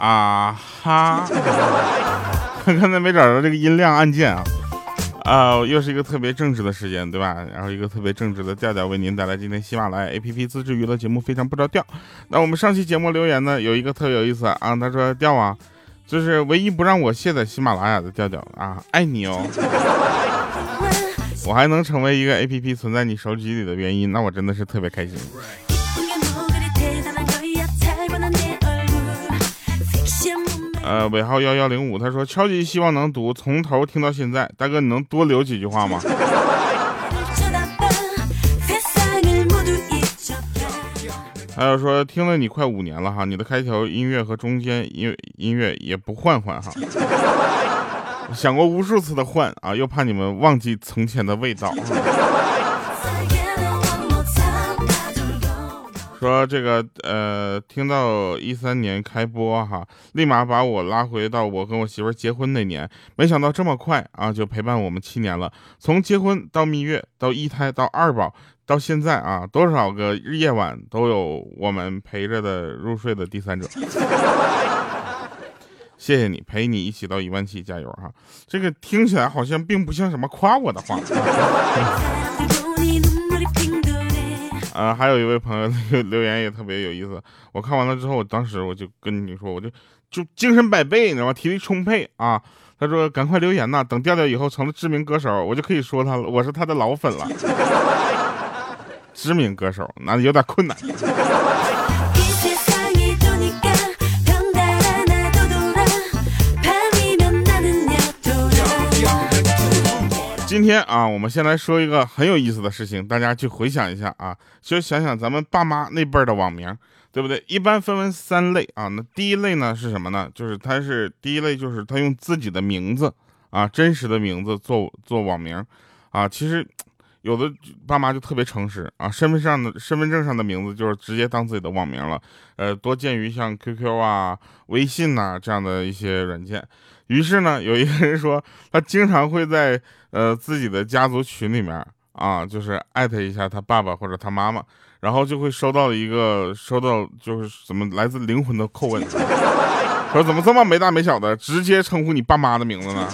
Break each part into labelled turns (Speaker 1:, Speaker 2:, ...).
Speaker 1: 啊哈，刚才没找着这个音量按键啊。又是一个特别正直的时间，对吧？然后一个特别正直的调调为您带来今天喜马拉雅 APP 自制娱乐节目非常不着调。那我们上期节目留言呢，有一个特别有意思啊，他说调啊，就是唯一不让我卸载喜马拉雅的调调啊，爱你哦。我还能成为一个 APP 存在你手机里的原因，那我真的是特别开心。尾号1105，他说超级希望能读从头听到现在，大哥你能多留几句话吗？还有说听了你快5年了哈，你的开头音乐和中间音乐也不换哈，想过无数次的换啊，又怕你们忘记从前的味道。说这个听到13年开播哈，立马把我拉回到我跟我媳妇结婚那年，没想到这么快啊就陪伴我们7年了，从结婚到蜜月到一胎到二宝到现在啊，多少个夜晚都有我们陪着的入睡的第三者。谢谢你，陪你一起到17000，加油哈！这个听起来好像并不像什么夸我的话。还有一位朋友留言也特别有意思，我看完了之后，当时我就跟你说，我就精神百倍，你知道吗？体力充沛啊！他说赶快留言呐，等调调以后成了知名歌手，我就可以说他了，我是他的老粉了。知名歌手那有点困难。今天啊，我们先来说一个很有意思的事情，大家去回想一下啊，就想想咱们爸妈那辈的网名，对不对？一般分为3类啊。那第一类呢是什么呢？就是第一类就是他用自己的名字啊，真实的名字做网名啊。其实有的爸妈就特别诚实啊，身份证上的名字就是直接当自己的网名了。多见于像 QQ 啊、微信啊这样的一些软件。于是呢，有一个人说，他经常会在自己的家族群里面啊，就是艾特一下他爸爸或者他妈妈，然后就会收到就是怎么来自灵魂的叩问，说怎么这么没大没小的，直接称呼你爸妈的名字呢？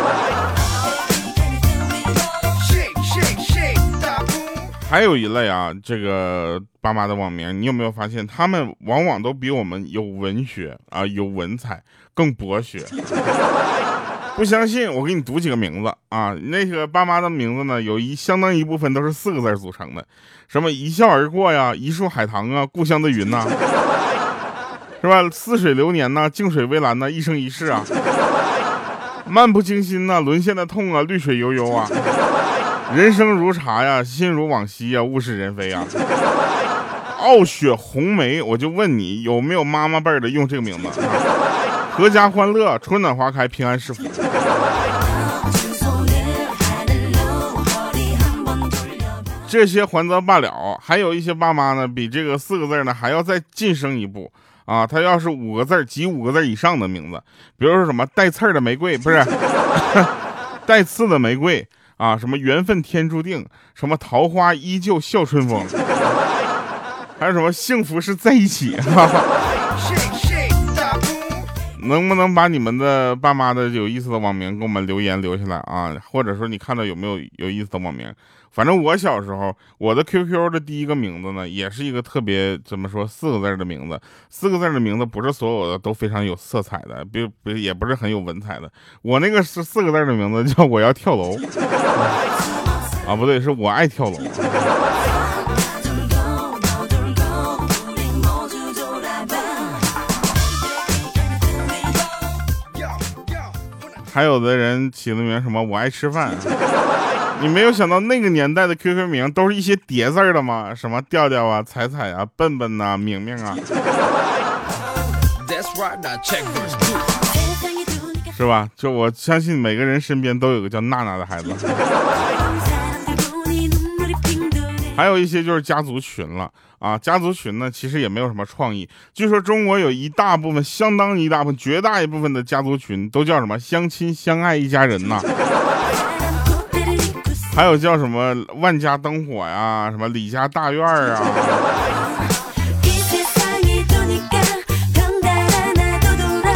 Speaker 1: 还有一类啊，这个爸妈的网名，你有没有发现，他们往往都比我们有文学啊，有文采，更博学。不相信，我给你读几个名字啊。那个爸妈的名字呢，相当一部分都是4个字组成的，什么一笑而过呀，一树海棠啊，故乡的云呐，是吧？似水流年呐，静水微澜呐，一生一世啊，漫不经心呐，沦陷的痛啊，绿水悠悠啊。人生如茶呀，心如往昔呀，物是人非呀。傲雪红梅，我就问你，有没有妈妈辈的用这个名字？阖家欢乐，春暖花开，平安是福。这些还则罢了，还有一些爸妈呢，比这个4个字呢还要再晋升一步啊！他要是5个字及5个字以上的名字，比如说什么带刺儿的玫瑰，不是带刺的玫瑰。啊，什么缘分天注定，什么桃花依旧笑春风，还有什么幸福是在一起。能不能把你们的爸妈的有意思的网名给我们留言留下来啊？或者说你看到有没有意思的网名？反正我小时候，我的 QQ 的第一个名字呢，也是一个特别怎么说4个字的名字。4个字的名字不是所有的都非常有色彩的，也不是很有文采的。我那个是4个字的名字，叫我要跳楼。啊，不对，是我爱跳楼。还有的人起了名什么我爱吃饭。你没有想到那个年代的 QQ 名都是一些叠字的吗？什么调调啊、彩彩啊、笨笨啊、明明啊，是吧？就我相信每个人身边都有个叫娜娜的孩子。还有一些就是家族群了啊，家族群呢其实也没有什么创意。据说中国有相当一大部分、绝大一部分的家族群都叫什么相亲相爱一家人呐。还有叫什么万家灯火呀，什么李家大院啊。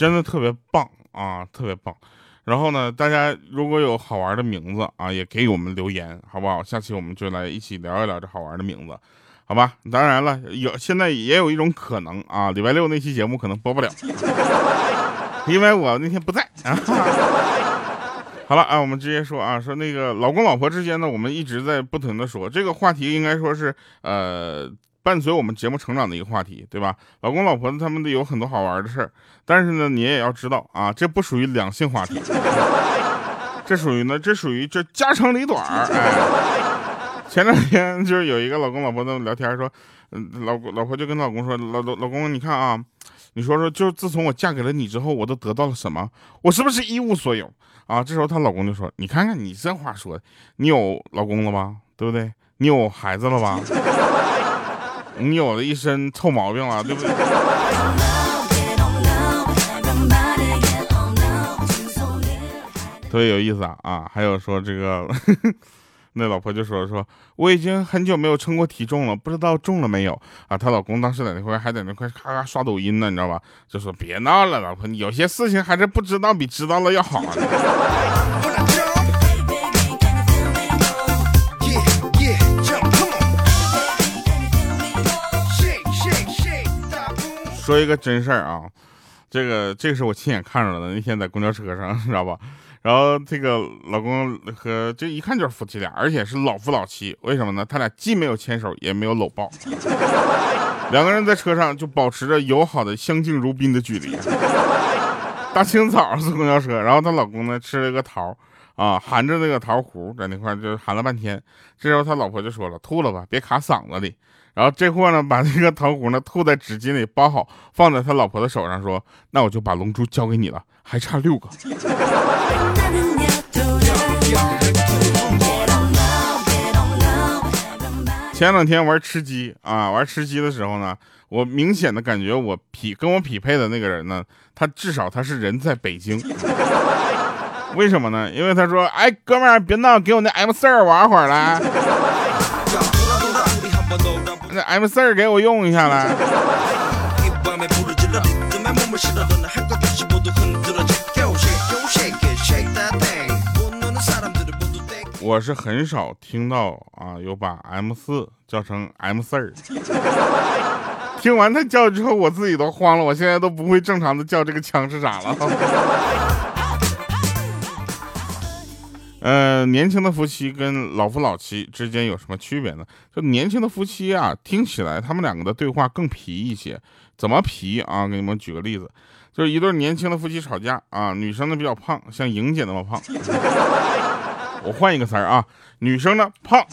Speaker 1: 真的特别棒啊，特别棒。然后呢，大家如果有好玩的名字啊，也给我们留言，好不好？下期我们就来一起聊一聊这好玩的名字，好吧？当然了，现在也有一种可能啊，礼拜六那期节目可能播不了，因为我那天不在啊。好了啊，我们直接说啊，说那个老公老婆之间呢，我们一直在不停的说这个话题，应该说是伴随我们节目成长的一个话题，对吧？老公老婆他们有很多好玩的事儿，但是呢，你也要知道啊，这不属于两性话题，这属于这家长里短儿。哎，前两天就是有一个老公老婆的聊天说，老婆就跟老公说，老公你看啊，你说就自从我嫁给了你之后，我都得到了什么？我是不是一无所有啊？这时候她老公就说，你看看你这话说的，你有老公了吧？对不对？你有孩子了吧？你有了一身臭毛病了，对不对？特别有意思啊！还有说这个那老婆就说我已经很久没有称过体重了，不知道重了没有啊？她老公当时在那块还在那块咔咔刷抖音呢，你知道吧？就说别闹了，老婆，你有些事情还是不知道比知道了要好。说一个真事儿啊，这个是我亲眼看着的，那天在公交车上，知道吧？然后这个老公和这一看就是夫妻俩，而且是老夫老妻。为什么呢？他俩既没有牵手，也没有搂抱，两个人在车上就保持着友好的相敬如宾的距离。大清早坐公交车，然后她老公呢吃了个桃啊，含着那个桃核在那块就含了半天。这时候他老婆就说了：“吐了吧，别卡嗓子里。”然后这货呢把这个桃核呢吐在纸巾里包好，放在他老婆的手上说：“那我就把龙珠交给你了，还差6个。”前两天玩吃鸡啊，玩吃鸡的时候呢，我明显的感觉跟我匹配的那个人呢，他至少他是人在北京。为什么呢？因为他说：“哎，哥们儿，别闹，给我那 M4 玩会儿来。那 M4 给我用一下来。”我是很少听到啊有把 M4 叫成 M4。听完他叫之后，我自己都慌了，我现在都不会正常的叫这个枪是啥了。年轻的夫妻跟老夫老妻之间有什么区别呢？就年轻的夫妻啊，听起来他们两个的对话更皮一些。怎么皮啊？给你们举个例子，就是一对年轻的夫妻吵架啊，女生呢比较胖，像莹姐那么胖。我换一个词儿啊，女生呢胖，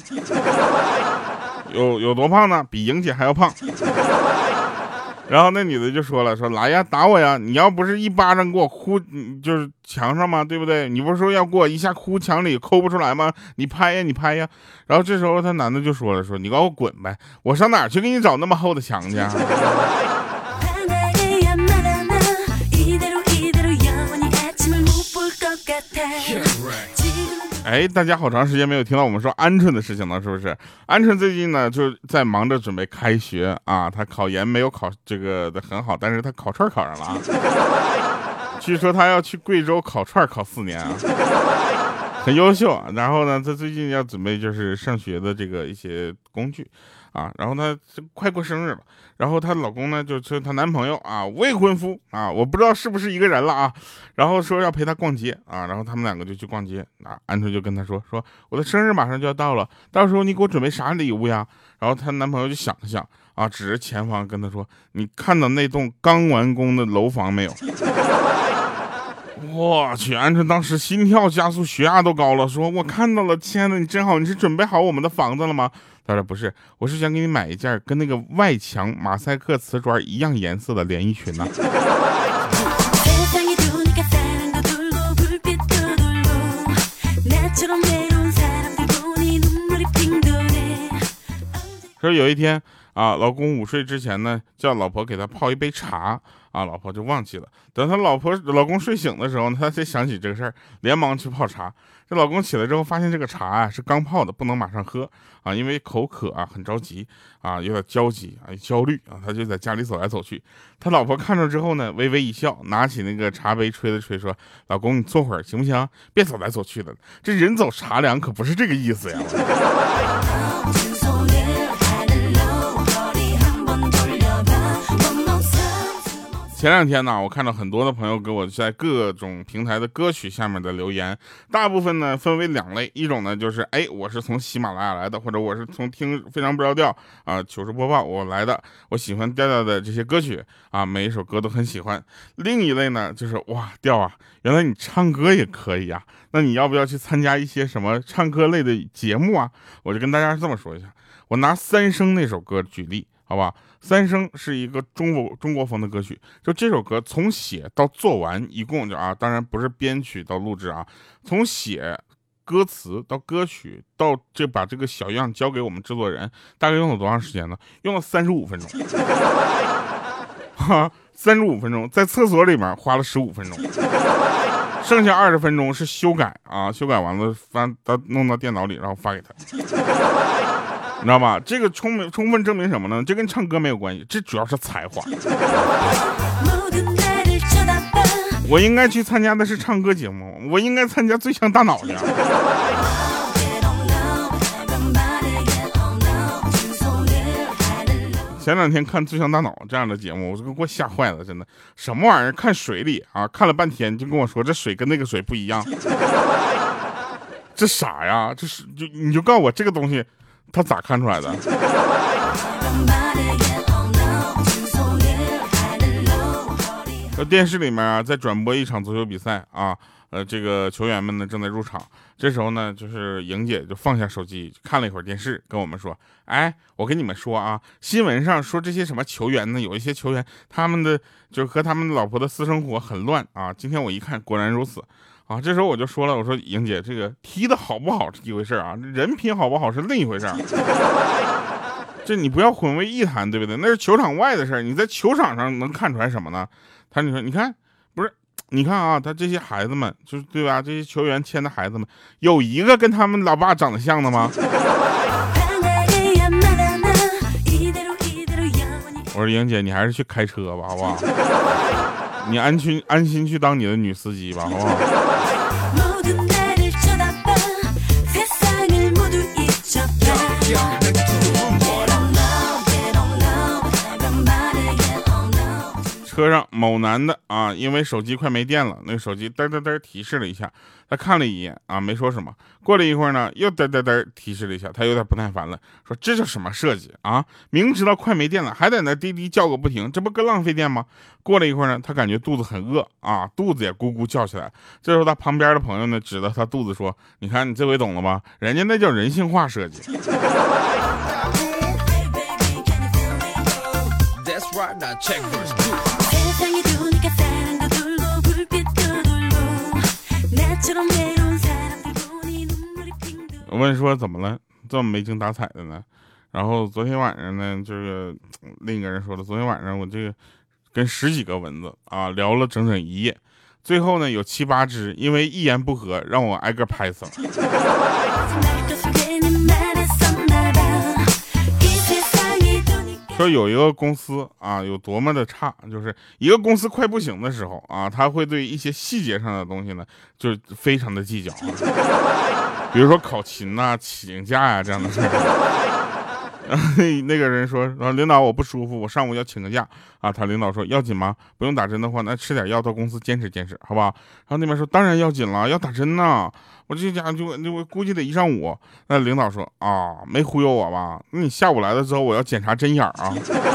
Speaker 1: 有多胖呢？比莹姐还要胖。然后那女的就说了，说来呀，打我呀！你要不是一巴掌给我呼，就是墙上嘛，对不对？你不是说要给我一下呼墙里抠不出来吗？你拍呀，你拍呀！然后这时候他男的就说了，说你给我滚呗，我上哪儿去给你找那么厚的墙去？哎，大家好长时间没有听到我们说鹌鹑的事情了，是不是？鹌鹑最近呢就在忙着准备开学啊，他考研没有考这个的很好，但是他烤串考上了啊。据说他要去贵州烤串考4年啊，很优秀啊。然后呢，他最近要准备就是上学的这个一些工具啊，然后他快过生日了，然后她老公呢就是她男朋友啊，未婚夫啊，我不知道是不是一个人了啊，然后说要陪她逛街啊，然后他们两个就去逛街啊，鹌鹑就跟他说我的生日马上就要到了，到时候你给我准备啥礼物呀？然后她男朋友就想了想啊，指着前方跟她说，你看到那栋刚完工的楼房没有？我去，鹌鹑当时心跳加速，血压都高了，说我看到了，亲爱的，你真好，你是准备好我们的房子了吗？他说不是，我是想给你买一件跟那个外墙马赛克瓷砖一样颜色的连衣裙呢。说有一天啊，老公午睡之前呢，叫老婆给他泡一杯茶啊，老婆就忘记了。等他老公睡醒的时候呢，他才想起这个事儿，连忙去泡茶。这老公起来之后发现这个茶啊是刚泡的，不能马上喝啊，因为口渴啊，很着急啊，有点焦急啊，焦虑啊，他就在家里走来走去。他老婆看着之后呢，微微一笑，拿起那个茶杯吹了吹，说：“老公，你坐会儿行不行？别走来走去的，这人走茶凉可不是这个意思呀。”前两天呢，我看到很多的朋友给我在各种平台的歌曲下面的留言，大部分呢分为两类，一种呢就是我是从喜马拉雅来的，或者我是从听非常不着调啊糗事播报我来的，我喜欢调调的这些歌曲啊，每一首歌都很喜欢。另一类呢就是哇调啊，原来你唱歌也可以啊，那你要不要去参加一些什么唱歌类的节目啊？我就跟大家这么说一下，我拿三生那首歌举例，好吧？三生是一个中国风的歌曲，就这首歌从写到做完，一共就当然不是编曲到录制啊，从写歌词到歌曲到把这个小样交给我们制作人，大概用了多长时间呢？用了35分钟，35分钟，在厕所里面花了15分钟，剩下20分钟是修改啊，修改完了弄到电脑里，然后发给他。你知道吧？这个充分证明什么呢？这跟唱歌没有关系，这主要是才华。我应该去参加的是唱歌节目，我应该参加最强大脑的。前两天看最强大脑这样的节目，我就给我吓坏了，真的，什么玩意儿？看水里啊，看了半天就跟我说这水跟那个水不一样，这啥呀？这是你就告诉我这个东西。他咋看出来的？电视里面啊，在转播一场足球比赛啊，这个球员们呢正在入场。这时候呢，就是莹姐就放下手机，看了一会儿电视，跟我们说：“我跟你们说啊，新闻上说这些什么球员呢，有一些球员他们的就是和他们老婆的私生活很乱啊。今天我一看，果然如此。”啊，这时候我就说了，我说莹姐，这个踢的好不好是一回事啊，人品好不好是另一回事。这你不要混为一谈，对不对？那是球场外的事儿，你在球场上能看出来什么呢？你说，你看，不是，你看啊，他这些孩子们，就是对吧？这些球员牵的孩子们，有一个跟他们老爸长得像的吗？我说莹姐，你还是去开车吧，好不好？你安心去当你的女司机吧，好不好？车上某男的啊，因为手机快没电了，那个手机嘚嘚嘚提示了一下，他看了一眼啊，没说什么。过了一会儿呢，又嘚嘚嘚提示了一下，他有点不耐烦了，说这叫什么设计啊？明知道快没电了，还在那滴滴叫个不停，这不更浪费电吗？过了一会儿呢，他感觉肚子很饿啊，肚子也咕咕叫起来。这时候他旁边的朋友呢，指着他肚子说：“你看你这回懂了吧？人家那叫人性化设计。”我问说怎么了，这么没精打采的呢？然后昨天晚上呢，这个另一个人说了，昨天晚上我这个跟10几个蚊子啊聊了整整一夜，最后呢有7、8只因为一言不合让我挨个拍死了。说有一个公司啊有多么的差，就是一个公司快不行的时候啊，他会对一些细节上的东西呢，就是非常的计较，比如说考勤呐、请假呀、这样的事儿。那个人说，领导我不舒服，我上午要请个假啊。他领导说要紧吗？不用打针的话，那吃点药到公司坚持坚持，好吧？然后那边说当然要紧了，要打针呢。我这家就我估计得1上午。那领导说啊，没忽悠我吧？那你下午来了之后，我要检查针眼啊。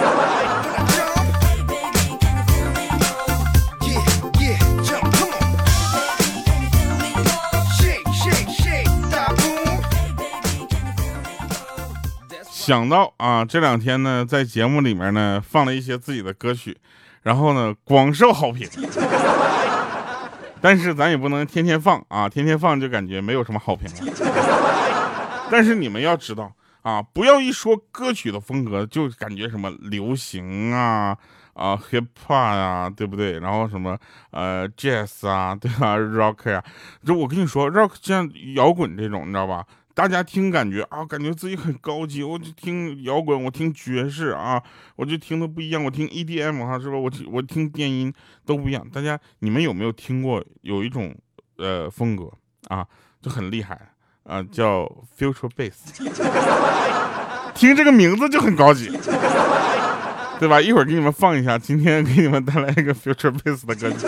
Speaker 1: 想到啊，这2天呢，在节目里面呢放了一些自己的歌曲，然后呢广受好评。但是咱也不能天天放啊，天天放就感觉没有什么好评了。但是你们要知道啊，不要一说歌曲的风格就感觉什么流行啊 hip hop 啊，对不对？然后什么jazz 啊，对吧？rock 啊，就我跟你说，rock 像摇滚这种，你知道吧？大家听感觉啊，感觉自己很高级。我就听摇滚，我听爵士啊，我就听的不一样。我听 EDM 哈，是吧？我听电音都不一样。大家你们有没有听过有一种风格啊，就很厉害啊，叫 future bass。听这个名字就很高级，对吧？一会儿给你们放一下，今天给你们带来一个 future bass 的歌曲。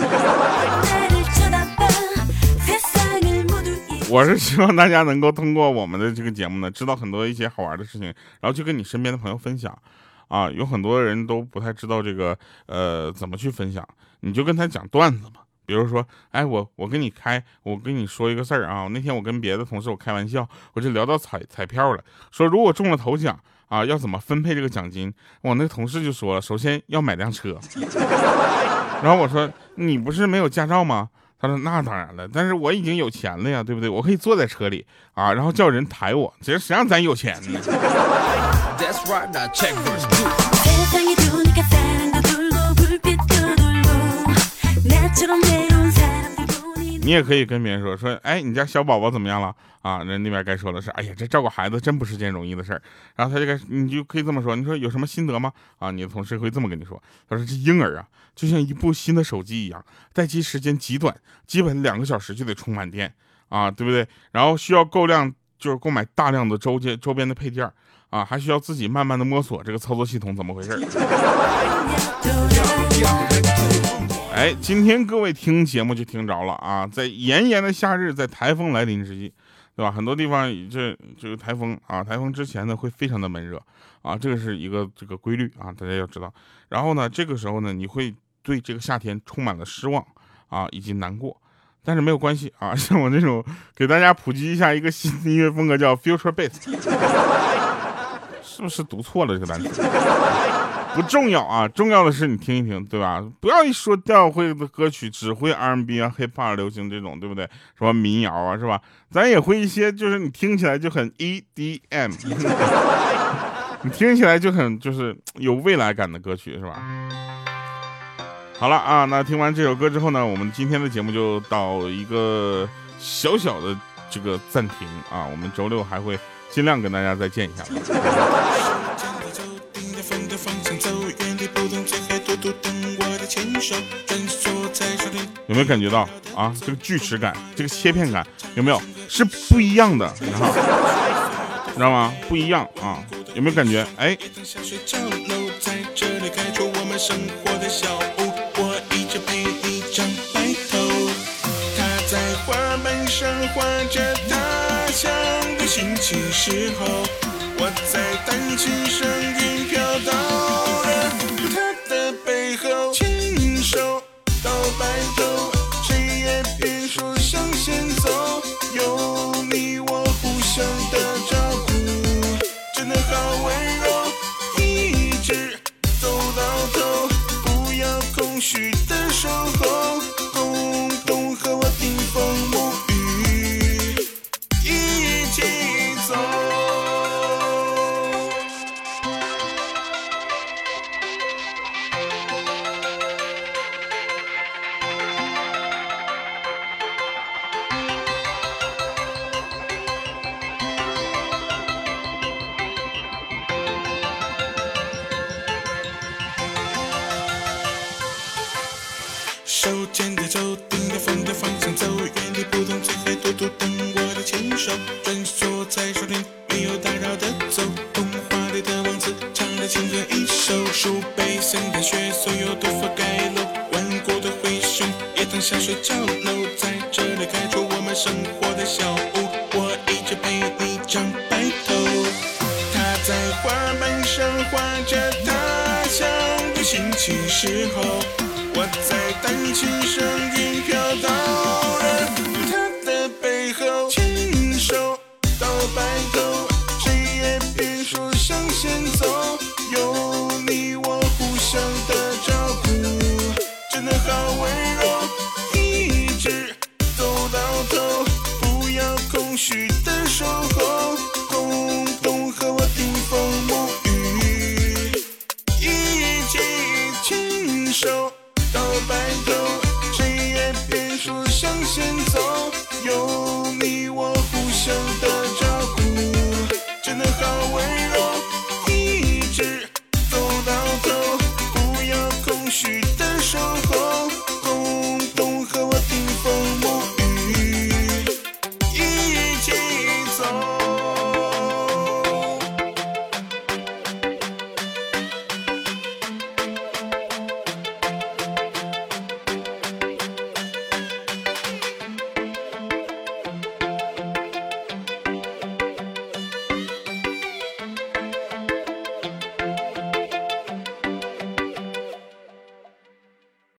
Speaker 1: 我是希望大家能够通过我们的这个节目呢，知道很多一些好玩的事情，然后就跟你身边的朋友分享啊。有很多人都不太知道这个怎么去分享，你就跟他讲段子嘛。比如说，哎，我跟你说一个事儿啊。那天我跟别的同事我开玩笑，我就聊到彩票了，说如果中了头奖啊，要怎么分配这个奖金？我那同事就说了，首先要买辆车。然后我说，你不是没有驾照吗？他说那当然了，但是我已经有钱了呀，对不对？我可以坐在车里啊，然后叫人抬我。其实谁让咱有钱呢？你也可以跟别人说，哎，你家小宝宝怎么样了啊？人那边该说的是，哎呀，这照顾孩子真不是件容易的事儿。然后你就可以这么说，你说有什么心得吗？啊，你的同事会这么跟你说，他说这婴儿啊，就像一部新的手机一样，待机时间极短，基本2个小时就得充满电啊，对不对？然后需要购买大量的周边的配件啊，还需要自己慢慢的摸索这个操作系统怎么回事。哎，今天各位听节目就听着了啊，在炎炎的夏日，在台风来临之际，对吧？很多地方这个台风啊，台风之前呢会非常的闷热啊，这个是一个这个规律啊，大家要知道。然后呢，这个时候呢，你会对这个夏天充满了失望啊，以及难过。但是没有关系啊，像我这种给大家普及一下一个新的音乐风格叫 future bass， 是不是读错了这个单词？不重要啊，重要的是你听一听，对吧？不要一说调会的歌曲只会 R&B 啊、hip hop 流行这种，对不对？什么民谣啊，是吧？咱也会一些，就是你听起来就很 EDM， 你听起来就很就是有未来感的歌曲，是吧？好了啊，那听完这首歌之后呢，我们今天的节目就到一个小小的这个暂停啊，我们周六还会尽量跟大家再见一下吧。有没有感觉到啊？这个锯齿感，这个切片感，有没有？是不一样的，知道吗？不一样啊！有没有感觉？哎，画着他乡的心情时候，我在弹琴声音飘到了他的背后，牵手到白头，谁也别说向前走，有你我互相的照顾，真的好温柔，一直走到头，不要空虚的守候，共同和我顶风沐雨，一起走。手牵着手，顶着风的方向走，原地不动，最海多多等我的牵手，穿梭在树林，没有打扰的走，童话里的王子唱了情歌一首，数杯圣诞雪，所有都覆盖了顽固的灰熊，也曾下水跳楼，在这里开出我们生活的小屋，我一直陪你长白头，他在花瓣上画着他乡的心情时候，我在弹琴声音飘到